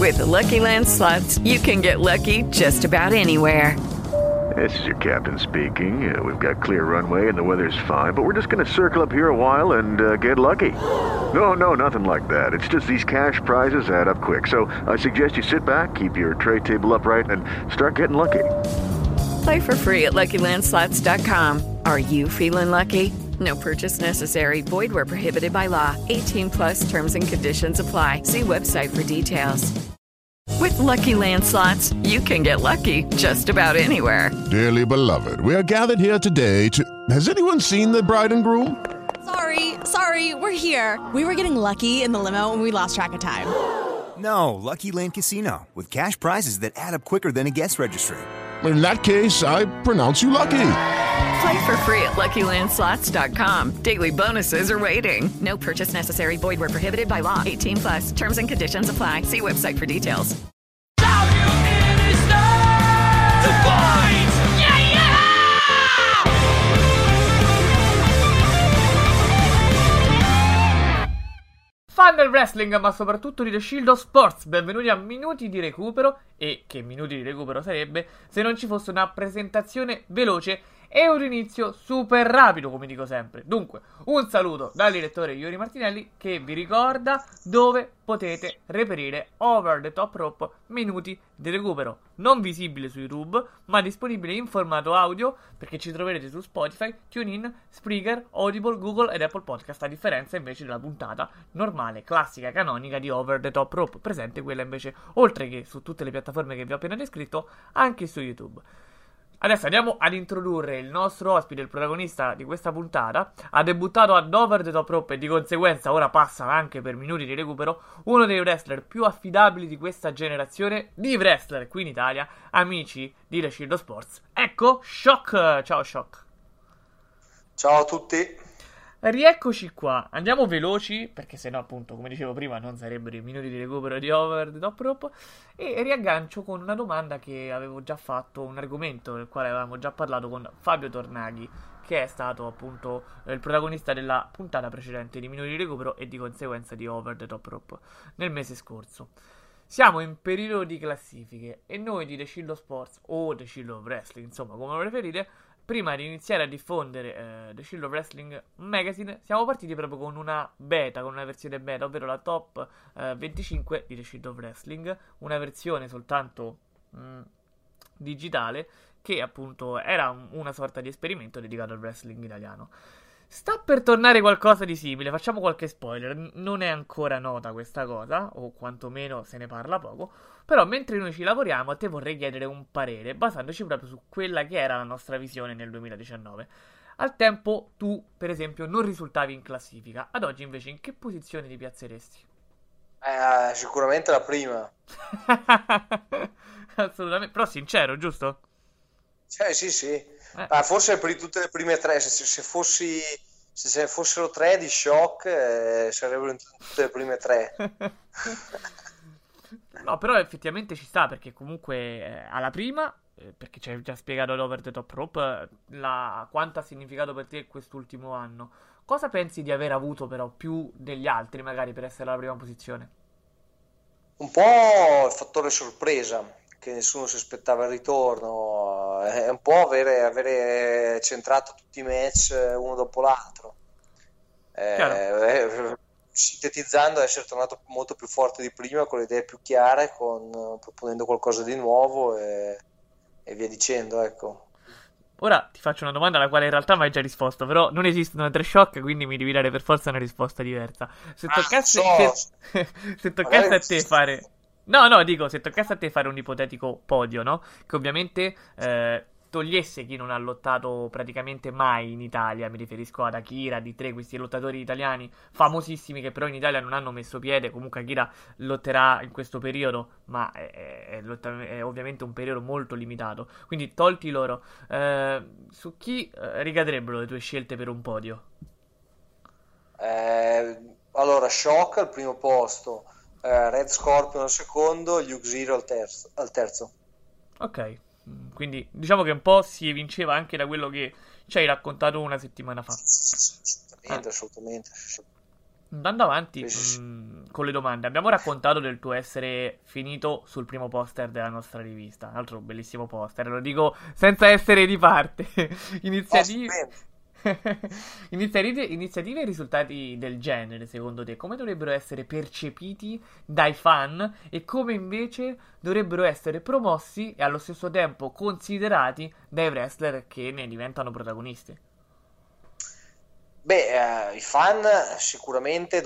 With the Lucky Land Slots, you can get lucky just about anywhere. This is your captain speaking. We've got clear runway and the weather's fine, but we're just going to circle up here a while and get lucky. No, nothing like that. It's just these cash prizes add up quick. So I suggest you sit back, keep your tray table upright, and start getting lucky. Play for free at LuckyLandSlots.com. Are you feeling lucky? No purchase necessary. Void where prohibited by law. 18 plus terms and conditions apply. See website for details. With Lucky Land Slots, you can get lucky just about anywhere. Dearly beloved, we are gathered here today to... Has anyone seen the bride and groom? Sorry, we're here. We were getting lucky in the limo and we lost track of time. No, Lucky Land Casino, with cash prizes that add up quicker than a guest registry. In that case, I pronounce you lucky. Play for free at LuckyLandSlots.com. Daily bonuses are waiting. No purchase necessary. Void where prohibited by law. 18 plus. Terms and conditions apply. See website for details. Fan del wrestling, ma soprattutto di The Shield of Sports, benvenuti a Minuti di Recupero. E che minuti di recupero sarebbe se non ci fosse una presentazione veloce e un inizio super rapido, come dico sempre. Dunque, un saluto dal direttore Iuri Martinelli, che vi ricorda dove potete reperire Over the Top Rope Minuti di Recupero, non visibile su YouTube, ma disponibile in formato audio, perché ci troverete su Spotify, TuneIn, Spreaker, Audible, Google ed Apple Podcast, a differenza invece della puntata normale, classica, canonica di Over the Top Rope, presente quella invece, oltre che su tutte le piattaforme che vi ho appena descritto, anche su YouTube. Adesso andiamo ad introdurre il nostro ospite, il protagonista di questa puntata. Ha debuttato ad Over the Top Rope e di conseguenza ora passa anche per Minuti di Recupero, uno dei wrestler più affidabili di questa generazione di wrestler qui in Italia, amici di The Shield of Sports. Ecco, Shock! Ciao Shock! Ciao a tutti! Rieccoci qua, andiamo veloci perché sennò appunto, come dicevo prima, non sarebbero i minuti di recupero di Over the Top Rope. E riaggancio con una domanda che avevo già fatto, un argomento del quale avevamo già parlato con Fabio Tornaghi, che è stato appunto il protagonista della puntata precedente di Minuti di Recupero e di conseguenza di Over the Top Rope nel mese scorso. Siamo in periodo di classifiche e noi di The Shield of Sports o The Shield of Wrestling, insomma come lo preferite, prima di iniziare a diffondere The Shield of Wrestling Magazine, siamo partiti proprio con una beta, con una versione beta, ovvero la top 25 di The Shield of Wrestling, una versione soltanto digitale, che appunto era una sorta di esperimento dedicato al wrestling italiano. Sta per tornare qualcosa di simile, facciamo qualche spoiler, non è ancora nota questa cosa, o quantomeno se ne parla poco, però mentre noi ci lavoriamo a te vorrei chiedere un parere, basandoci proprio su quella che era la nostra visione nel 2019. Al tempo tu, per esempio, non risultavi in classifica, ad oggi invece in che posizione ti piazzeresti? Sicuramente la prima. Assolutamente, però sincero, giusto? Sì. Forse per tutte le prime tre, se fossero tre di Shock, sarebbero in tutte le prime tre. No, però effettivamente ci sta, perché comunque alla prima, perché ci hai già spiegato l'Over the Top Rope, quanto ha significato per te quest'ultimo anno. Cosa pensi di aver avuto però più degli altri, magari, per essere alla prima posizione? Un po' il fattore sorpresa, che nessuno si aspettava il ritorno, è un po' avere centrato tutti i match uno dopo l'altro, sintetizzando, essere tornato molto più forte di prima, con le idee più chiare, proponendo qualcosa di nuovo e via dicendo, ecco. Ora ti faccio una domanda alla quale in realtà mi hai già risposto, però non esistono tre Shock, quindi mi devi dare per forza una risposta diversa. Se toccasse a te fare... No, dico, se toccasse a te fare un ipotetico podio, no? Che ovviamente togliesse chi non ha lottato praticamente mai in Italia, mi riferisco ad Akira, D3, questi lottatori italiani famosissimi che però in Italia non hanno messo piede. Comunque Akira lotterà in questo periodo, ma è ovviamente un periodo molto limitato. Quindi tolti loro, su chi ricadrebbero le tue scelte per un podio? Allora, Shock al primo posto, Red Scorpion al secondo, Luke Zero al terzo. Ok, quindi diciamo che un po' si evinceva anche da quello che ci hai raccontato una settimana fa. Assolutamente. Andando avanti Sì. con le domande, abbiamo raccontato del tuo essere finito sul primo poster della nostra rivista. Un altro bellissimo poster, lo dico senza essere di parte. Iniziative. Iniziative e risultati del genere, secondo te, come dovrebbero essere percepiti dai fan e come invece dovrebbero essere promossi e allo stesso tempo considerati dai wrestler che ne diventano protagonisti? Beh, i fan sicuramente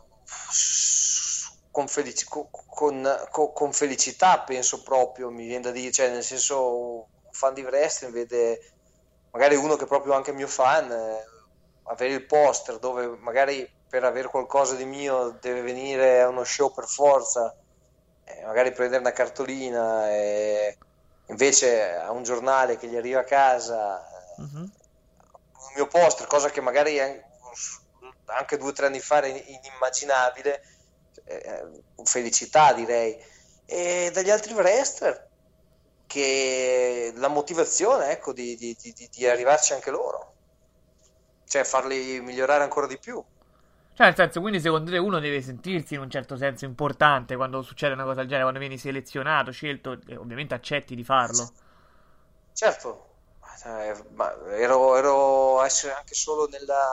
con felicità, penso proprio, mi viene da dire, cioè nel senso, un fan di wrestling vede magari uno che è proprio anche mio fan, avere il poster dove magari per avere qualcosa di mio deve venire a uno show per forza, magari prendere una cartolina, e invece a un giornale che gli arriva a casa Mhm. il mio poster, cosa che magari anche 2 o 3 anni fa era inimmaginabile, felicità direi. E dagli altri wrestler che la motivazione, ecco, di arrivarci anche loro, cioè farli migliorare ancora di più. Cioè, nel senso, quindi secondo te uno deve sentirsi in un certo senso importante quando succede una cosa del genere, quando vieni selezionato, scelto, e ovviamente accetti di farlo. Certo, ma ero essere anche solo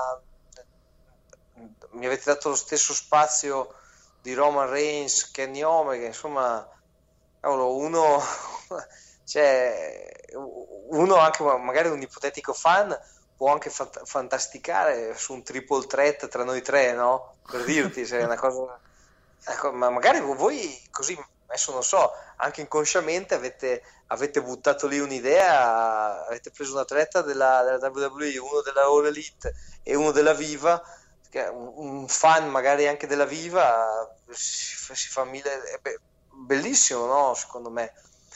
mi avete dato lo stesso spazio di Roman Reigns, Kenny Omega, insomma, cavolo, uno, cioè, uno anche magari un ipotetico fan può anche fantasticare su un triple threat tra noi tre, no? Per dirti, se è una cosa, ecco, ma magari voi così, adesso non so, anche inconsciamente avete buttato lì un'idea, avete preso un atleta della WWE, uno della All Elite e uno della Viva, che è un fan magari anche della Viva si fa mille, bellissimo, no? Secondo me.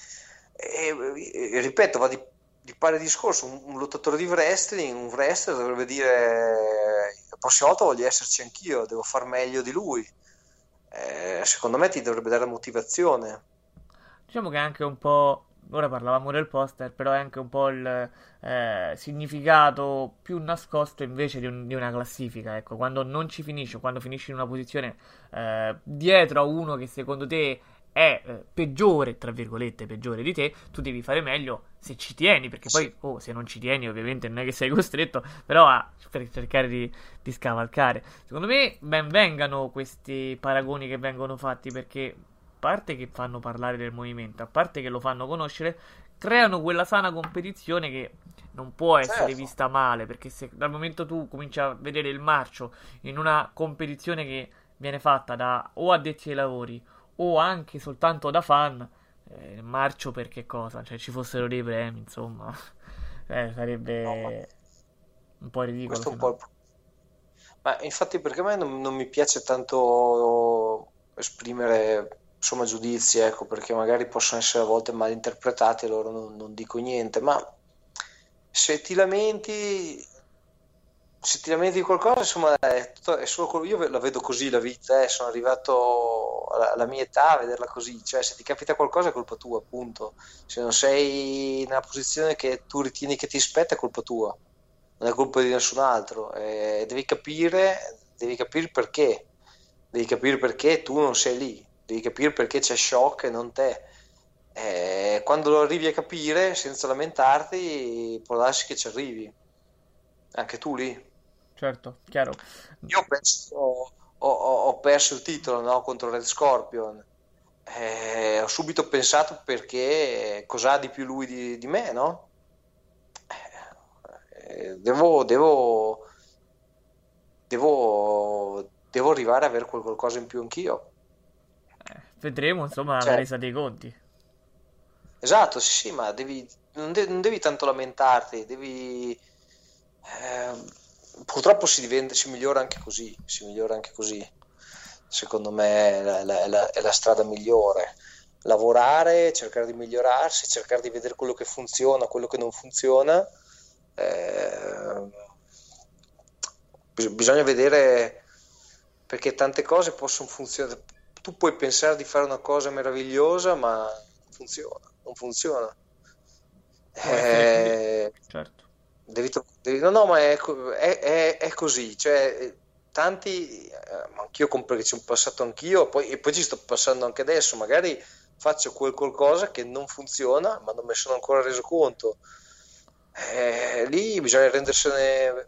E ripeto, va di pari discorso, un lottatore di wrestling, un wrestler dovrebbe dire la prossima volta voglio esserci anch'io, devo far meglio di lui. Secondo me ti dovrebbe dare motivazione. Diciamo che è anche un po'. Ora parlavamo del poster, però è anche un po' il significato più nascosto invece di una classifica. Ecco, quando non ci finisci, o quando finisci in una posizione dietro a uno che secondo te è peggiore, tra virgolette, peggiore di te, tu devi fare meglio se ci tieni, perché poi, se non ci tieni, ovviamente non è che sei costretto, però per cercare di scavalcare. Secondo me ben vengano questi paragoni che vengono fatti, perché a parte che fanno parlare del movimento, a parte che lo fanno conoscere, creano quella sana competizione che non può essere Certo. vista male, perché se dal momento tu cominci a vedere il marcio in una competizione che viene fatta da o addetti ai lavori o anche soltanto da fan, il marcio per che cosa? Cioè ci fossero dei premi, insomma, No, sarebbe un po' ridicolo, questo è se un po' no. il. Ma infatti perché a me non mi piace tanto esprimere insomma giudizi, ecco, perché magari possono essere a volte mal interpretati e loro non dico niente, ma se ti lamenti, se ti lamenti di qualcosa, insomma, è solo io la vedo così la vita, sono arrivato alla mia età a vederla così, cioè se ti capita qualcosa è colpa tua, appunto. Se non sei nella posizione che tu ritieni che ti spetta è colpa tua, non è colpa di nessun altro. Devi capire perché, devi capire perché tu non sei lì, devi capire perché c'è Shock e non te. Quando lo arrivi a capire, senza lamentarti, può darsi che ci arrivi, anche tu lì. Certo, chiaro. Io ho perso il titolo, no, contro Red Scorpion. Ho subito pensato perché cos'ha di più lui di me, no? Devo arrivare a avere qualcosa in più anch'io. Vedremo, insomma, la Cioè, resa dei conti. esatto, sì, sì, ma non devi tanto lamentarti, eh, purtroppo si migliora anche così, si migliora anche così. Secondo me è la strada migliore. Lavorare, cercare di migliorarsi, cercare di vedere quello che funziona, quello che non funziona. Eh, Bisogna vedere perché tante cose possono funzionare. Tu puoi pensare di fare una cosa meravigliosa, ma non funziona, non funziona. Può essere Eh, certo. no, no, ma è così, cioè tanti, ma anch'io perché ci ho passato anch'io, e poi ci sto passando anche adesso, magari faccio quel qualcosa che non funziona, ma non me ne sono ancora reso conto. Lì bisogna rendersene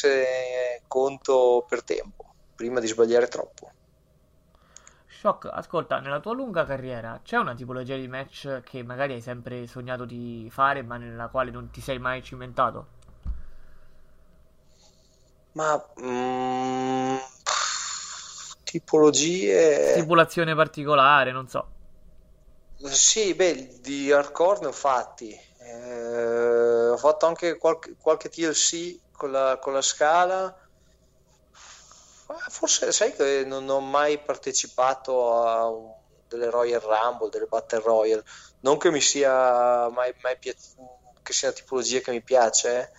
conto per tempo, prima di sbagliare troppo. Shock, ascolta, nella tua lunga carriera c'è una tipologia di match che magari hai sempre sognato di fare, ma nella quale non ti sei mai cimentato? Ma tipologie... Stipulazione particolare, non so. Sì, beh, di hardcore ne ho fatti. Ho fatto anche qualche TLC con la Scala. Forse sai che non ho mai partecipato a delle Royal Rumble, delle Battle Royale. Non che mi sia mai che sia una tipologia che mi piace.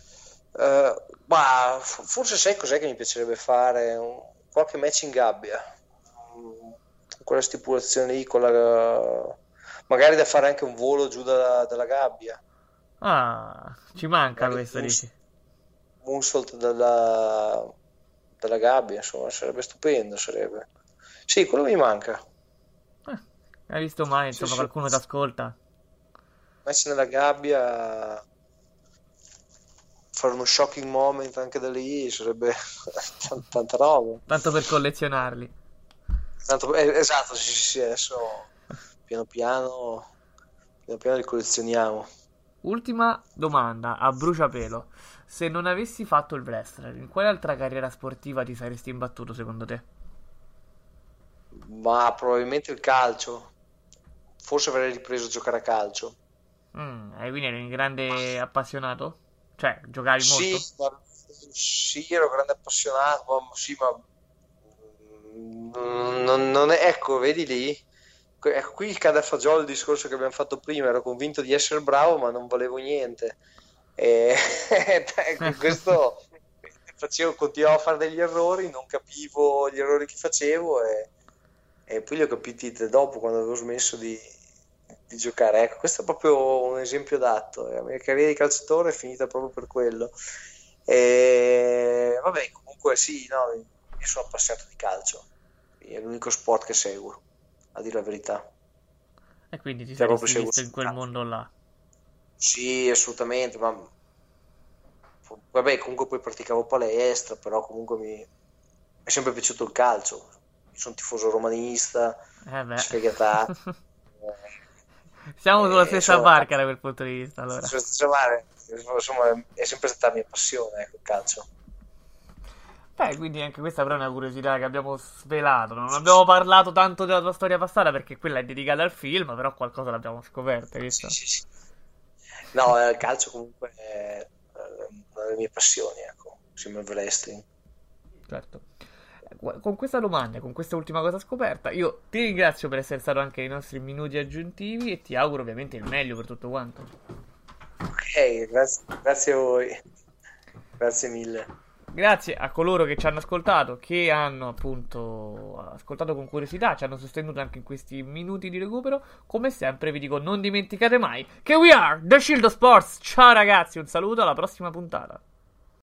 Ma forse sai cos'è che mi piacerebbe fare? Qualche match in gabbia. Quella stipulazione lì, magari da fare anche un volo giù dalla gabbia. Ah, ci manca Magari questo, dici? Moonsault dalla gabbia, insomma, sarebbe stupendo, sarebbe. Sì, quello mi manca. Hai visto mai, insomma, Sì. qualcuno ti ascolta? Match nella gabbia, fare uno shocking moment anche da lì, sarebbe tanta roba. Tanto per collezionarli. Esatto, sì, adesso piano piano li collezioniamo. Ultima domanda a bruciapelo. Se non avessi fatto il wrestler, in quale altra carriera sportiva ti saresti imbattuto secondo te? Ma probabilmente il calcio. Forse avrei ripreso a giocare a calcio. E quindi eri un grande appassionato? Cioè, giocavi molto? Sì, ero grande appassionato, ma sì, ma non è, ecco, vedi lì, ecco, qui cade a fagiolo il discorso che abbiamo fatto prima, ero convinto di essere bravo, ma non volevo niente. E ecco, questo continuavo a fare degli errori, non capivo gli errori che facevo e poi li ho capiti dopo, quando avevo smesso di giocare. Ecco, questo è proprio un esempio adatto. La mia carriera di calciatore è finita proprio per quello. E vabbè, comunque sì, no, io sono appassionato di calcio, è l'unico sport che seguo, a dire la verità. E quindi ti Cioè, proprio saresti seguo visto in quel calcio. mondo là? Sì, assolutamente, ma vabbè, comunque poi praticavo palestra, però comunque mi è sempre piaciuto il calcio. Io sono tifoso romanista, Beh. sfegatato. Siamo sulla stessa insomma, barca da quel punto di vista, allora. insomma, è sempre stata la mia passione, ecco, il calcio. Quindi anche questa però è una curiosità che abbiamo svelato. Non abbiamo parlato tanto della tua storia passata perché quella è dedicata al film, però qualcosa l'abbiamo scoperta, hai visto? Sì. No, il calcio comunque è una delle mie passioni, ecco, insieme al wrestling. Certo. Con questa domanda, con questa ultima cosa scoperta, io ti ringrazio per essere stato anche ai nostri minuti aggiuntivi e ti auguro ovviamente il meglio per tutto quanto. Ok, grazie a voi. Grazie mille. Grazie a coloro che ci hanno ascoltato, che hanno appunto ascoltato con curiosità, ci hanno sostenuto anche in questi minuti di recupero. Come sempre vi dico, non dimenticate mai che we are The Shield of Sports. Ciao ragazzi, un saluto, alla prossima puntata.